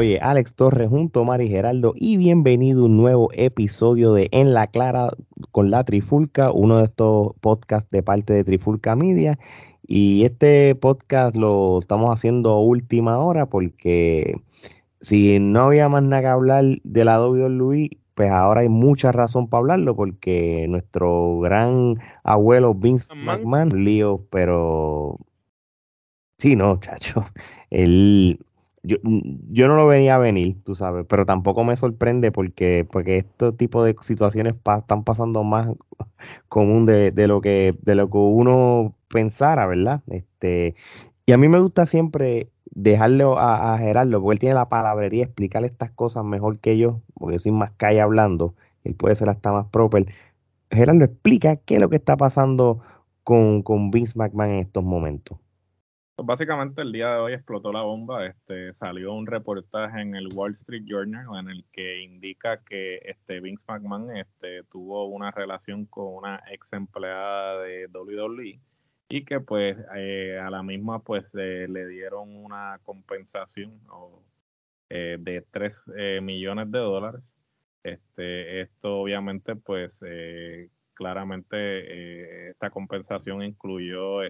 Oye, Alex Torres junto a Mari Geraldo y bienvenido a un nuevo episodio de En la Clara con la Trifulca, uno de estos podcasts de parte de Trifulca Media. Y este podcast lo estamos haciendo a última hora porque si no había más nada que hablar de la WWE, pues ahora hay mucha razón para hablarlo porque nuestro gran abuelo Vince Man, McMahon, lío, pero sí, no, chacho. Él, yo no lo venía a venir, tú sabes, pero tampoco me sorprende porque este tipo de situaciones están pasando más común de lo que uno pensara, ¿verdad? Y a mí me gusta siempre dejarlo a Gerardo, porque él tiene la palabrería, explicar estas cosas mejor que yo, porque yo soy más calle hablando, él puede ser hasta más proper. Gerardo, explica qué es lo que está pasando con Vince McMahon en estos momentos. pues básicamente el día de hoy explotó la bomba. Salió un reportaje en el Wall Street Journal en el que indica que Vince McMahon tuvo una relación con una ex empleada de WWE y que pues a la misma pues le dieron una compensación de 3 millones de dólares. Esto obviamente pues claramente esta compensación incluyó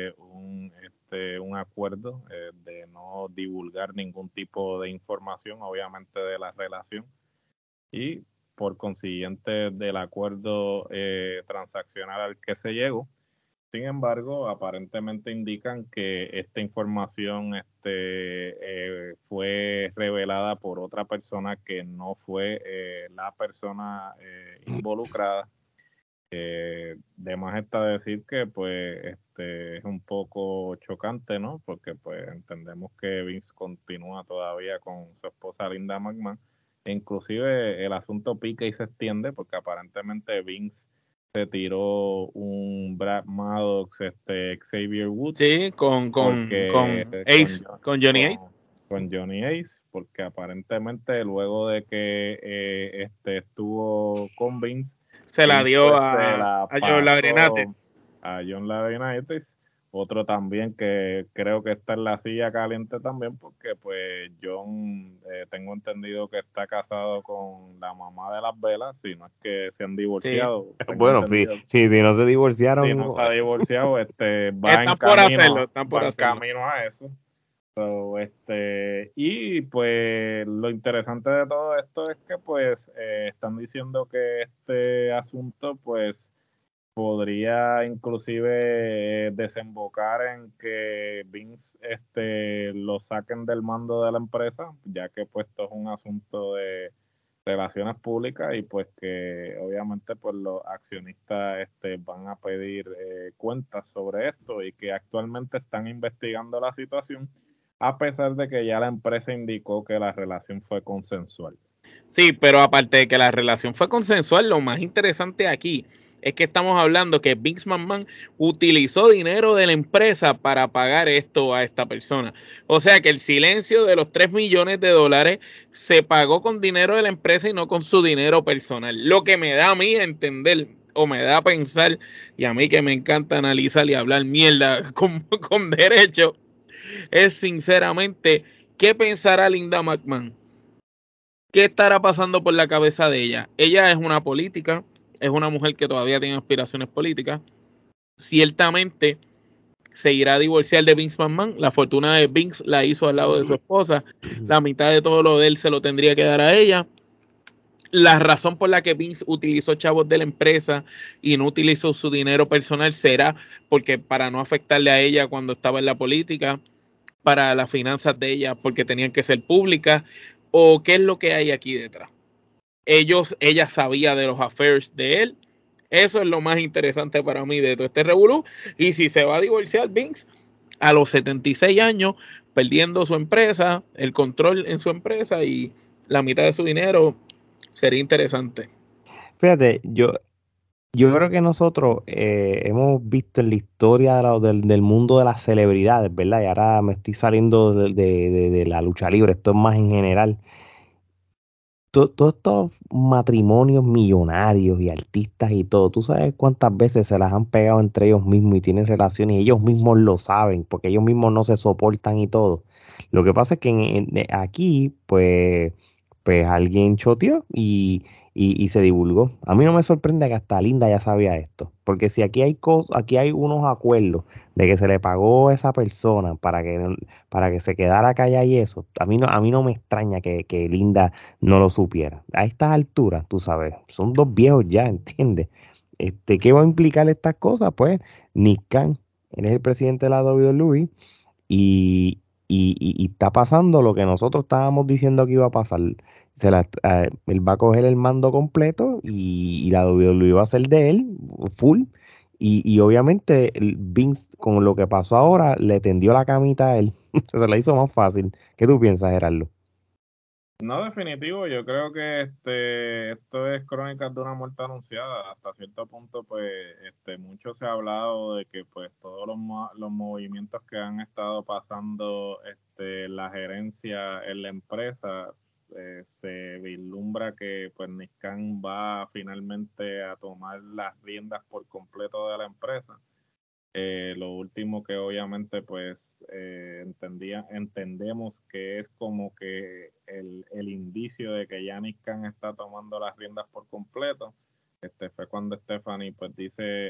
un acuerdo de no divulgar ningún tipo de información, obviamente, de la relación y por consiguiente del acuerdo transaccional al que se llegó. Sin embargo, aparentemente indican que esta información fue revelada por otra persona que no fue la persona involucrada. De más está decir que pues es un poco chocante, ¿no? Porque pues entendemos que Vince continúa todavía con su esposa Linda McMahon. E inclusive el asunto pica y se extiende porque aparentemente Vince se tiró un Brad Maddox, Xavier Woods, Sí, porque Ace, con Johnny Ace. con Johnny Ace, porque aparentemente luego de que estuvo con Vince, Se la dio pues se la a John pasó Laurinaitis. a John Laurinaitis, otro también que creo que está en la silla caliente también, porque pues John, tengo entendido que está casado con la mamá de las velas, si no es que se han Sí. divorciado, tengo Bueno, sí, entendido. sí, si no se Si divorciaron, no se ha divorciado, Están por hacerlo, están por va en hacerlo. camino a eso. So, y pues lo interesante de todo esto es que pues están diciendo que este asunto pues podría inclusive desembocar en que Vince lo saquen del mando de la empresa, ya que pues esto es un asunto de relaciones públicas y pues que obviamente pues los accionistas van a pedir cuentas sobre esto y que actualmente están investigando la situación a pesar de que ya la empresa indicó que la relación fue consensual. Sí, pero aparte de que la relación fue consensual, lo más interesante aquí es que estamos hablando que Vince McMahon utilizó dinero de la empresa para pagar esto a esta persona. O sea que el silencio de los 3 millones de dólares se pagó con dinero de la empresa y no con su dinero personal. Lo que me da a mí a entender o me da a pensar, y a mí que me encanta analizar y hablar mierda con derecho, es sinceramente, ¿qué pensará Linda McMahon? ¿Qué estará pasando por la cabeza de ella? Ella es una política, es una mujer que todavía tiene aspiraciones políticas. Ciertamente se irá a divorciar de Vince McMahon. La fortuna de Vince la hizo al lado de su esposa. La mitad de todo lo de él se lo tendría que dar a ella. La razón por la que Vince utilizó chavos de la empresa y no utilizó su dinero personal será porque para no afectarle a ella cuando estaba en la política, para las finanzas de ella porque tenían que ser públicas, o qué es lo que hay aquí detrás. Ella sabía de los affairs de él. Eso es lo más interesante para mí de todo este revolú. Y si se va a divorciar Vince a los 76 años, perdiendo su empresa, el control en su empresa y la mitad de su dinero, sería interesante. fíjate, yo creo que nosotros hemos visto en la historia del mundo de las celebridades, ¿verdad? Y ahora me estoy saliendo de la lucha libre, esto es más en general. todos estos matrimonios millonarios y artistas y todo, tú sabes cuántas veces se las han pegado entre ellos mismos y tienen relaciones y ellos mismos lo saben, porque ellos mismos no se soportan y todo. Lo que pasa es que aquí, pues alguien choteó y se divulgó. A mí no me sorprende que hasta Linda ya sabía esto, porque si aquí hay cosas, aquí hay unos acuerdos de que se le pagó a esa persona para que se quedara callada y eso, a mí no me extraña que Linda no lo supiera. A estas alturas, tú sabes, son dos viejos ya, ¿entiendes? ¿Qué va a implicar estas cosas? Pues Nick Khan, él es el presidente de la WWE y, y está pasando lo que nosotros estábamos diciendo que iba a pasar. Él va a coger el mando completo y la WWE va a ser de él, full. Y obviamente Vince, con lo que pasó ahora, le tendió la camita a él. Se la hizo más fácil. ¿Qué tú piensas, Gerardo? No, definitivo, yo creo que esto es crónicas de una muerte anunciada. Hasta cierto punto, pues, mucho se ha hablado de que, pues, todos los movimientos que han estado pasando, la gerencia en la empresa, se vislumbra que, pues, Nick Khan va finalmente a tomar las riendas por completo de la empresa. Lo último que obviamente pues entendemos que es como que el indicio de que Yannick Khan está tomando las riendas por completo, fue cuando Stephanie pues dice,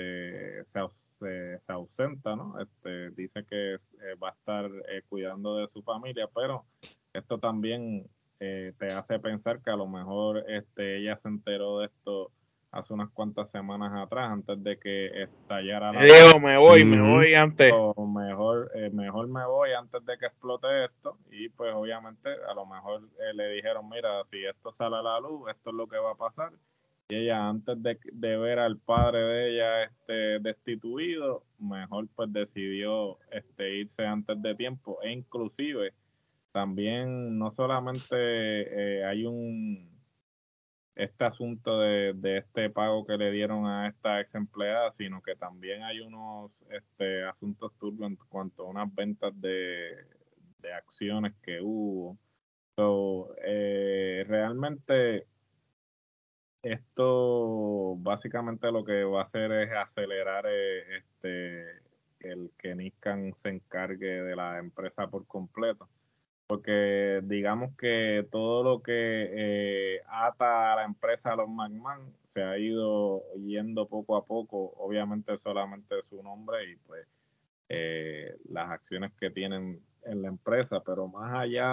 se ausenta, ¿no? Dice que va a estar cuidando de su familia, pero esto también te hace pensar que a lo mejor ella se enteró de esto hace unas cuantas semanas atrás, antes de que estallara la bomba. Digo, me Ujú. voy antes. O mejor me voy antes de que explote esto. Y pues obviamente a lo mejor le dijeron, mira, si esto sale a la luz, esto es lo que va a pasar. Y ella antes de ver al padre de ella destituido, mejor pues decidió irse antes de tiempo. E inclusive también no solamente hay este asunto de este pago que le dieron a esta ex empleada, sino que también hay unos asuntos turbios en cuanto a unas ventas de acciones que hubo. So, realmente esto básicamente lo que va a hacer es acelerar el que Nissan se encargue de la empresa por completo, porque digamos que todo lo que ata a la empresa a los McMahon se ha ido yendo poco a poco, obviamente solamente su nombre y pues las acciones que tienen en la empresa, pero más allá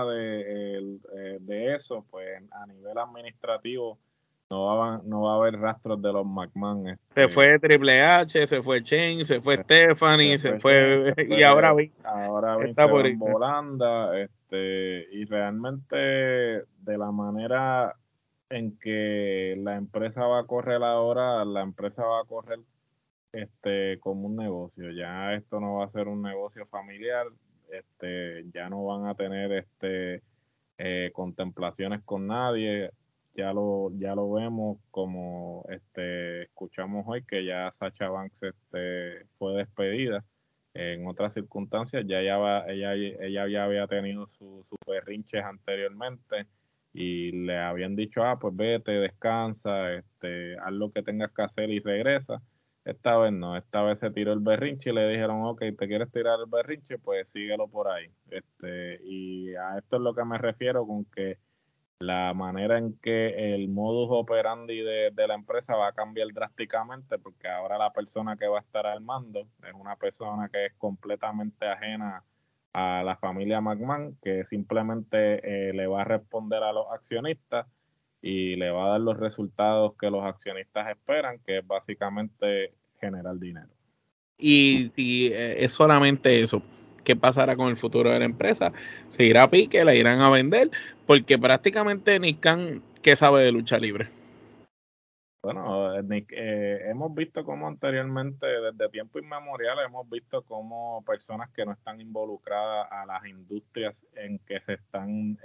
de eso, pues a nivel administrativo no va a haber rastros de los McMahon. Se fue Triple H, se fue Shane, se fue Stephanie, se Después Shane, fue y ahora Vince ahora está Vince por Van ahí. Volanda, y realmente de la manera en que la empresa va a correr ahora, la empresa va a correr como un negocio. Ya esto no va a ser un negocio familiar, ya no van a tener contemplaciones con nadie. Ya lo vemos como escuchamos hoy que ya Sacha Banks fue despedida. En otras circunstancias ya ella ya había tenido sus berrinches anteriormente y le habían dicho, pues vete, descansa, haz lo que tengas que hacer y regresa. Esta vez no, esta vez se tiró el berrinche y le dijeron, ok, ¿te quieres tirar el berrinche? Pues síguelo por ahí. Y a esto es lo que me refiero con que la manera en que el modus operandi de la empresa va a cambiar drásticamente, porque ahora la persona que va a estar al mando es una persona que es completamente ajena a la familia McMahon, que simplemente le va a responder a los accionistas y le va a dar los resultados que los accionistas esperan, que es básicamente generar dinero. Y si es solamente eso, ¿qué pasará con el futuro de la empresa? ¿Se irá a pique? ¿La irán a vender? Porque prácticamente Nick Khan, ¿qué sabe de lucha libre? Bueno, Nick, hemos visto cómo anteriormente, desde tiempo inmemorial, hemos visto cómo personas que no están involucradas a las industrias en que se están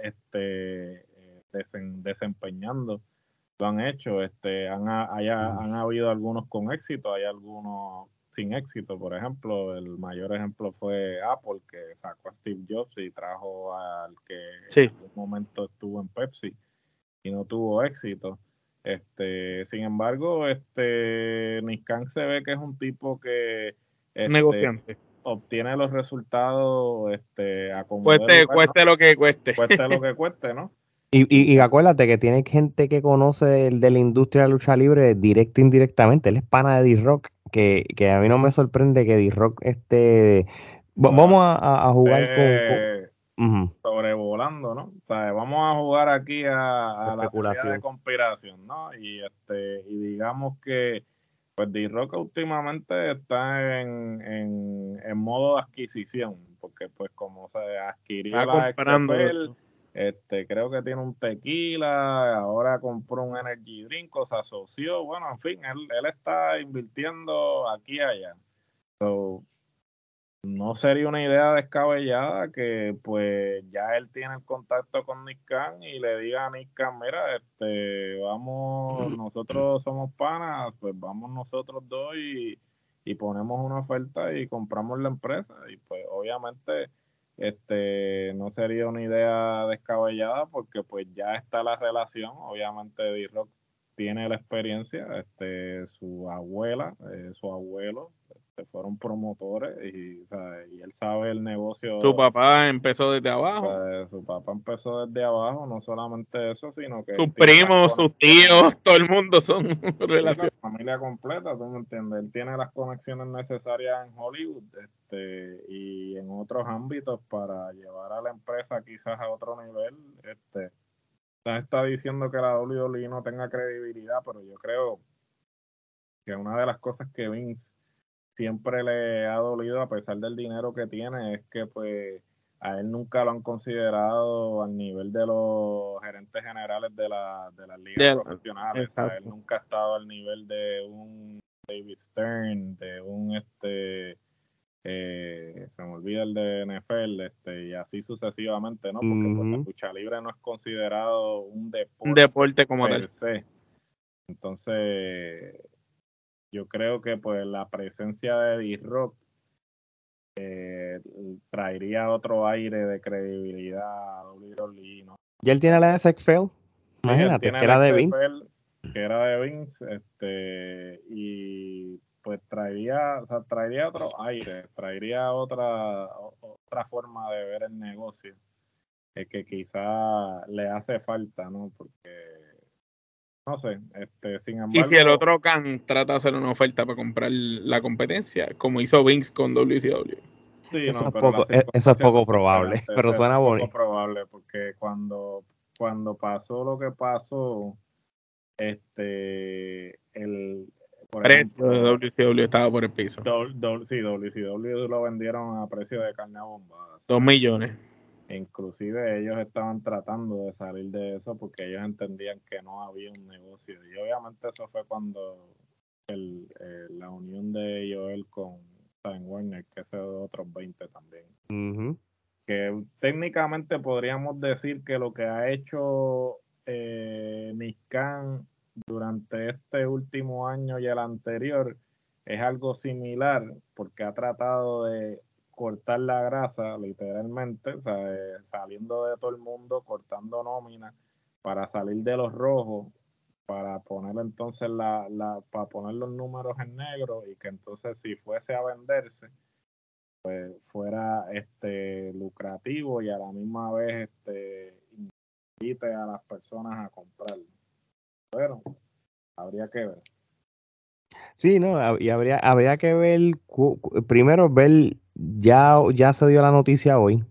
desempeñando lo han hecho. Han habido algunos con éxito, hay algunos sin éxito. Por ejemplo, el mayor ejemplo fue Apple, que sacó a Steve Jobs y trajo al que en Sí. algún momento estuvo en Pepsi. y no tuvo éxito. Sin embargo, Nick Khan se ve que es un tipo que negociante. obtiene los resultados a como dé lugar, Cueste lo que cueste. cueste lo que cueste, ¿no? Y acuérdate que tiene gente que conoce de la industria de la lucha libre directa e indirectamente. Él es pana de D-Rock, que a mí no me sorprende que D-Rock vamos a jugar ujú, Sobrevolando, ¿no? O sea, vamos a jugar aquí a la teoría de especulación. conspiración, ¿no? Y digamos que pues D-Rock últimamente está en modo de adquisición, porque pues como se adquirió Está la comprando. XFL, creo que tiene un tequila, ahora compró un energy drink, o se asoció, bueno, en fin, él está invirtiendo aquí y allá. So, no sería una idea descabellada que pues ya él tiene el contacto con Nick Khan y le diga a Nick Khan, mira, vamos, nosotros somos panas, pues vamos nosotros dos y ponemos una oferta y compramos la empresa. Y pues obviamente no sería una idea descabellada porque pues ya está la relación, obviamente D-Rock tiene la experiencia, su abuela, su abuelo fueron promotores y, o sea, y él sabe el negocio. Su papá empezó desde abajo. Su papá empezó desde abajo, no solamente eso, sino que Sus primos, sus tíos, todo el mundo son relacionados. La familia completa, tú me entiendes. Él tiene las conexiones necesarias en Hollywood y en otros ámbitos para llevar a la empresa quizás a otro nivel. Está diciendo que la WWE no tenga credibilidad, pero yo creo que una de las cosas que Vince siempre le ha dolido a pesar del dinero que tiene es que pues a él nunca lo han considerado al nivel de los gerentes generales de las ligas profesionales. O sea, él nunca ha estado al nivel de un David Stern, de un se me olvida el de NFL, y así sucesivamente, ¿no? Porque pues, la lucha libre no es considerado un deporte como per tal. se. Entonces, yo creo que pues la presencia de D-Rock traería otro aire de credibilidad a WWE, ¿no? Ya él tiene la de XFL, imagínate, que era de Vince. Que era de Vince, y pues traería otro aire, traería otra forma de ver el negocio, que quizá le hace falta, ¿no? Porque no sé, sin embargo. Y si el otro Khan trata de hacer una oferta para comprar la competencia, como hizo Vince con WCW. Sí, eso, no, es pero eso es poco probable, pero suena bonito. Poco probable, porque cuando pasó lo que pasó, por precio ejemplo, de WCW estaba por el piso. Sí, WCW lo vendieron a precio de carne a bomba. 2 millones. Inclusive ellos estaban tratando de salir de eso porque ellos entendían que no había un negocio. Y obviamente eso fue cuando la unión de Joel con Time Warner, que es de otros 20 también. Que técnicamente podríamos decir que lo que ha hecho Nick Khan durante este último año y el anterior es algo similar, porque ha tratado de cortar la grasa, literalmente, o sea, saliendo de todo el mundo, cortando nómina para salir de los rojos, para poner entonces para poner los números en negro y que entonces si fuese a venderse, pues fuera lucrativo y a la misma vez invite a las personas a comprarlo. Pero habría que ver. Sí, no, y habría que ver, primero ver, ya se dio la noticia hoy.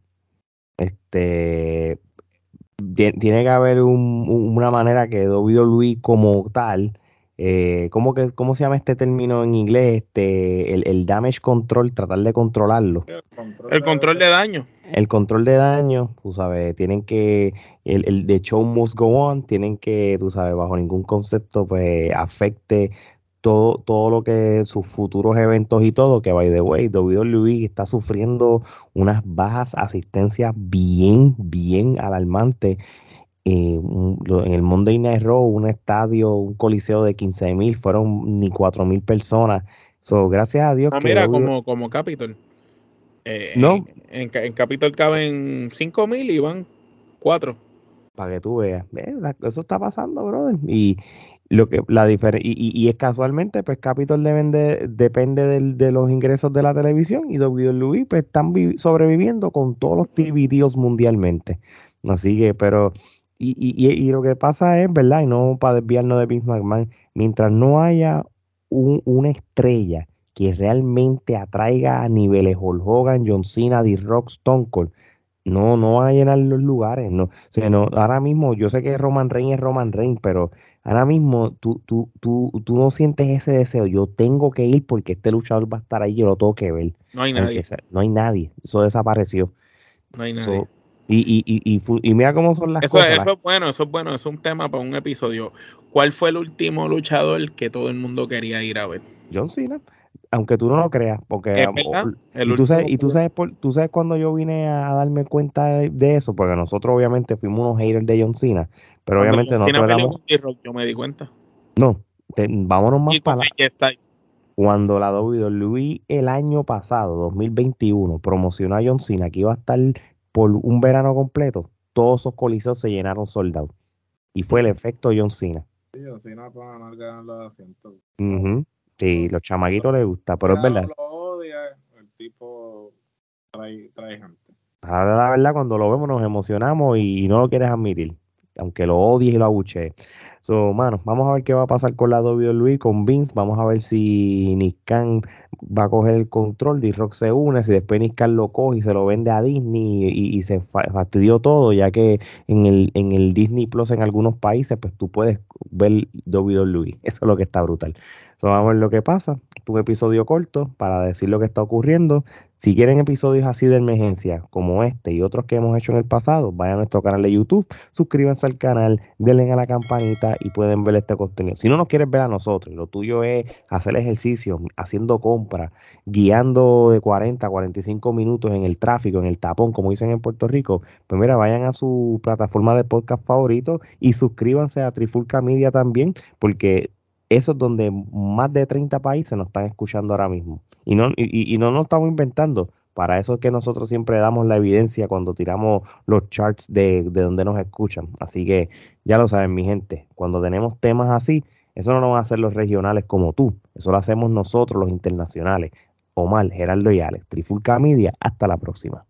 Tiene que haber una manera que WWE como tal, ¿cómo se llama este término en inglés? El damage control, tratar de controlarlo. El control de daño. El control de daño, tú sabes, tienen que, el the show must go on, tienen que, tú sabes, bajo ningún concepto, pues, afecte todo lo que sus futuros eventos y todo, que by the way, WWE está sufriendo unas bajas asistencias bien alarmantes. En el Monday Night Raw, un estadio, un coliseo de 15,000, fueron ni 4,000 personas. So, gracias a Dios que mira, como Capitol. no, En Capitol caben 5,000 y van 4. Para que tú veas. Eso está pasando, brother. Y lo que la y es casualmente, pues Capitol depende de los ingresos de la televisión y WWE pues están sobreviviendo con todos los TV deals mundialmente. Así que, pero, y lo que pasa es, ¿verdad? Y no para desviarnos de Vince McMahon, mientras no haya una estrella que realmente atraiga a niveles Hulk Hogan, John Cena, The Rock, Stone Cold, no van a llenar los lugares, no. O sea, no, ahora mismo, yo sé que Roman Reigns es Roman Reigns, pero ahora mismo tú no sientes ese deseo. Yo tengo que ir porque este luchador va a estar ahí, yo lo tengo que ver. No hay Aunque nadie. no hay nadie. Eso desapareció. No hay nadie. So, y mira cómo son las Eso cosas. es bueno, eso es bueno, es un tema para un episodio. ¿Cuál fue el último luchador que todo el mundo quería ir a ver? John Cena, aunque tú no lo creas, porque Es verdad, el tú sabes cuando yo vine a darme cuenta de eso, porque nosotros obviamente fuimos unos haters de John Cena, pero cuando obviamente John Cena nosotros peleó éramos, con D-Rock, yo me di cuenta. no, vámonos más Y con para AJ Styles. cuando la WWE el año pasado, 2021, promocionó a John Cena que iba a estar por un verano completo, todos esos coliseos se llenaron soldados. Y fue el efecto John Cena. Sí, John Cena para ganar los asientos. Ujú. Sí, los chamaquitos les gusta, pero es verdad. Lo odia, el tipo trae gente. Ahora la verdad, cuando lo vemos nos emocionamos y no lo quieres admitir, aunque lo odies y lo abuchees. So, mano, vamos a ver qué va a pasar con la WWE, con Vince. Vamos a ver si Nick Khan va a coger el control, D-Rock se une, si después Nick Khan lo coge y se lo vende a Disney y se fastidió todo, ya que en el Disney Plus en algunos países, pues tú puedes ver WWE. Eso es lo que está brutal. So, vamos a ver lo que pasa. Un episodio corto para decir lo que está ocurriendo. Si quieren episodios así de emergencia como este y otros que hemos hecho en el pasado, vayan a nuestro canal de YouTube, suscríbanse al canal, denle a la campanita y pueden ver este contenido. Si no nos quieres ver a nosotros, lo tuyo es hacer ejercicio, haciendo compras, guiando de 40 a 45 minutos en el tráfico, en el tapón, como dicen en Puerto Rico, pues mira, vayan a su plataforma de podcast favorito y suscríbanse a Trifulca Media también, porque eso es donde más de 30 países nos están escuchando ahora mismo. Y no nos estamos inventando. Para eso es que nosotros siempre damos la evidencia cuando tiramos los charts de donde nos escuchan. Así que ya lo saben, mi gente. Cuando tenemos temas así, eso no lo van a hacer los regionales como tú. Eso lo hacemos nosotros, los internacionales. Omar, Gerardo y Alex. Trifulca Media. Hasta la próxima.